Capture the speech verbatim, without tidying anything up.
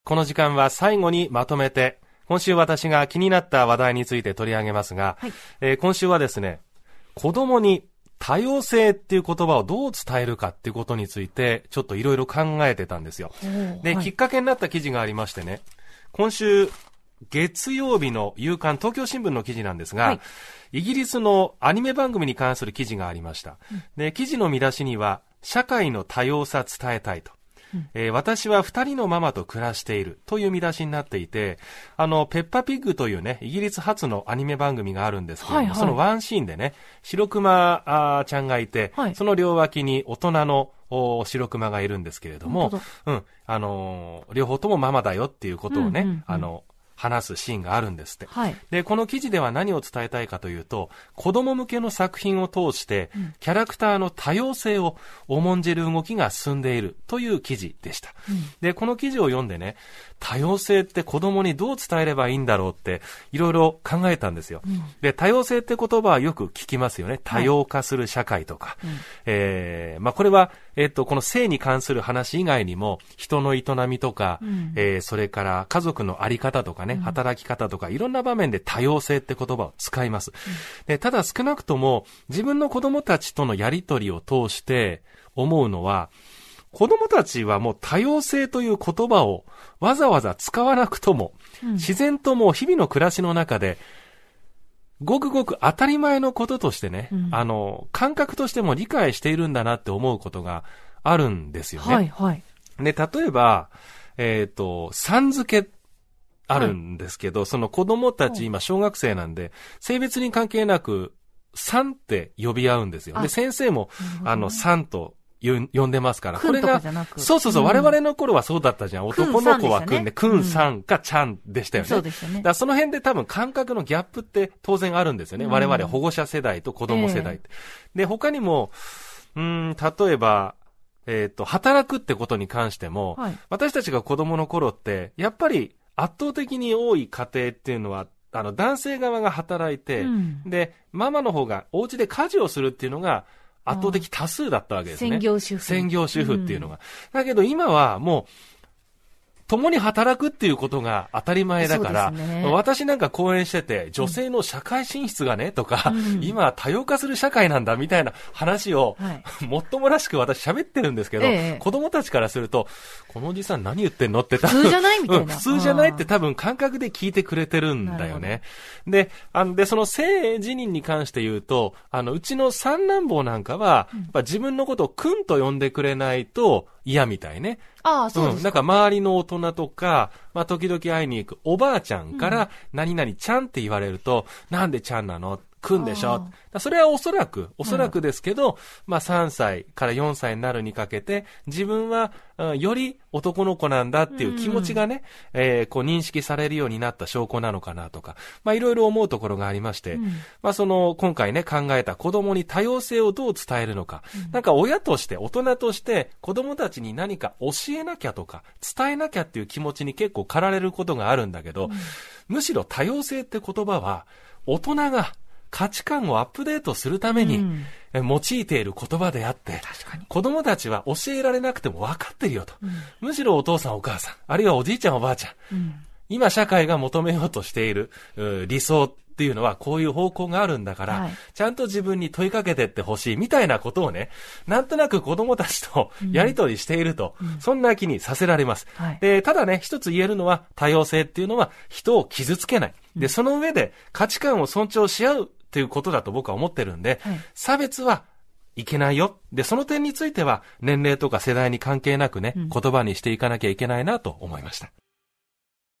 この時間は最後にまとめて、今週私が気になった話題について取り上げますが、はい、えー、今週はですね、子供に多様性っていう言葉をどう伝えるかっていうことについてちょっといろいろ考えてたんですよ。で、はい、きっかけになった記事がありましてね、今週月曜日の夕刊東京新聞の記事なんですが、はい、イギリスのアニメ番組に関する記事がありました。うん、で、記事の見出しには社会の多様さ伝えたいと。うんえー、私は二人のママと暮らしているという見出しになっていて、あのペッパピッグというねイギリス初のアニメ番組があるんですけども、はいはい、そのワンシーンでね白熊あちゃんがいて、はい、その両脇に大人の白熊がいるんですけれども、うん、あのー、両方ともママだよっていうことをね、うんうんうん、あの話すシーンがあるんですって、はい、でこの記事では何を伝えたいかというと、子供向けの作品を通してキャラクターの多様性を重んじる動きが進んでいるという記事でした、うん、でこの記事を読んでね、多様性って子供にどう伝えればいいんだろうっていろいろ考えたんですよ、うん、で多様性って言葉はよく聞きますよね。多様化する社会とか、はいえーまあ、これは、えー、っとこの性に関する話以外にも人の営みとか、うんえー、それから家族の在り方とかね、働き方とかいろんな場面で多様性って言葉を使います、うん、でただ少なくとも自分の子供たちとのやりとりを通して思うのは、子供たちはもう多様性という言葉をわざわざ使わなくとも、うん、自然ともう日々の暮らしの中でごくごく当たり前のこととしてね、うん、あの感覚としても理解しているんだなって思うことがあるんですよね、はいはい、で例えば、えっとさん付けあるんですけど、はい、その子供たち今小学生なんで、性別に関係なくさんって呼び合うんですよ。で、先生も、あの、さんと呼んでますから。これが、そうそうそう、うん、我々の頃はそうだったじゃん。男の子はくんで、くんさんかちゃんでしたよね。そうですよね。だからその辺で多分感覚のギャップって当然あるんですよね。うん、我々保護者世代と子供世代って。えー、で、他にも、うーん、例えば、えっと、働くってことに関しても、はい、私たちが子供の頃って、やっぱり、圧倒的に多い家庭っていうのは、あの、男性側が働いて、うん、で、ママの方がお家で家事をするっていうのが圧倒的多数だったわけですね。専業主婦。専業主婦っていうのが。うん、だけど今はもう、共に働くっていうことが当たり前だから、ね、私なんか講演してて、女性の社会進出がね、とか、うん、今は多様化する社会なんだみたいな話を、はい、もっともらしく私喋ってるんですけど、ええ、子供たちからすると、このおじさん何言ってんのって多分、 普通じゃないみたいな、うん。 普通じゃないって多分感覚で聞いてくれてるんだよね。で、あの、で、その性自認に関して言うと、あの、うちの三男坊なんかは、やっぱ自分のことをくんと呼んでくれないと嫌みたいね。 ああ、そうですか。うん。 なんか周りの大人とか、まあ時々会いに行くおばあちゃんから、何々ちゃんって言われると、うん、なんでちゃんなのくんでしょ。それはおそらく、おそらくですけど、うん、まあさんさいからよんさいになるにかけて、自分は、うん、より男の子なんだっていう気持ちがね、うん、えー、こう認識されるようになった証拠なのかなとか、まあいろいろ思うところがありまして、うん、まあその、今回ね、考えた子供に多様性をどう伝えるのか、うん、なんか親として、大人として子供たちに何か教えなきゃとか、伝えなきゃっていう気持ちに結構駆られることがあるんだけど、うん、むしろ多様性って言葉は、大人が価値観をアップデートするために、うん、用いている言葉であって、子供たちは教えられなくても分かってるよと、うん、むしろお父さんお母さん、あるいはおじいちゃんおばあちゃん、うん、今社会が求めようとしている理想っていうのはこういう方向があるんだから、はい、ちゃんと自分に問いかけてってほしいみたいなことをね、なんとなく子供たちとやりとりしていると、うん、そんな気にさせられます、はい、でただね、一つ言えるのは多様性っていうのは人を傷つけない、でその上で価値観を尊重し合うということだと僕は思ってるんで、はい、差別はいけないよ。で、その点については年齢とか世代に関係なくね、うん、言葉にしていかなきゃいけないなと思いました。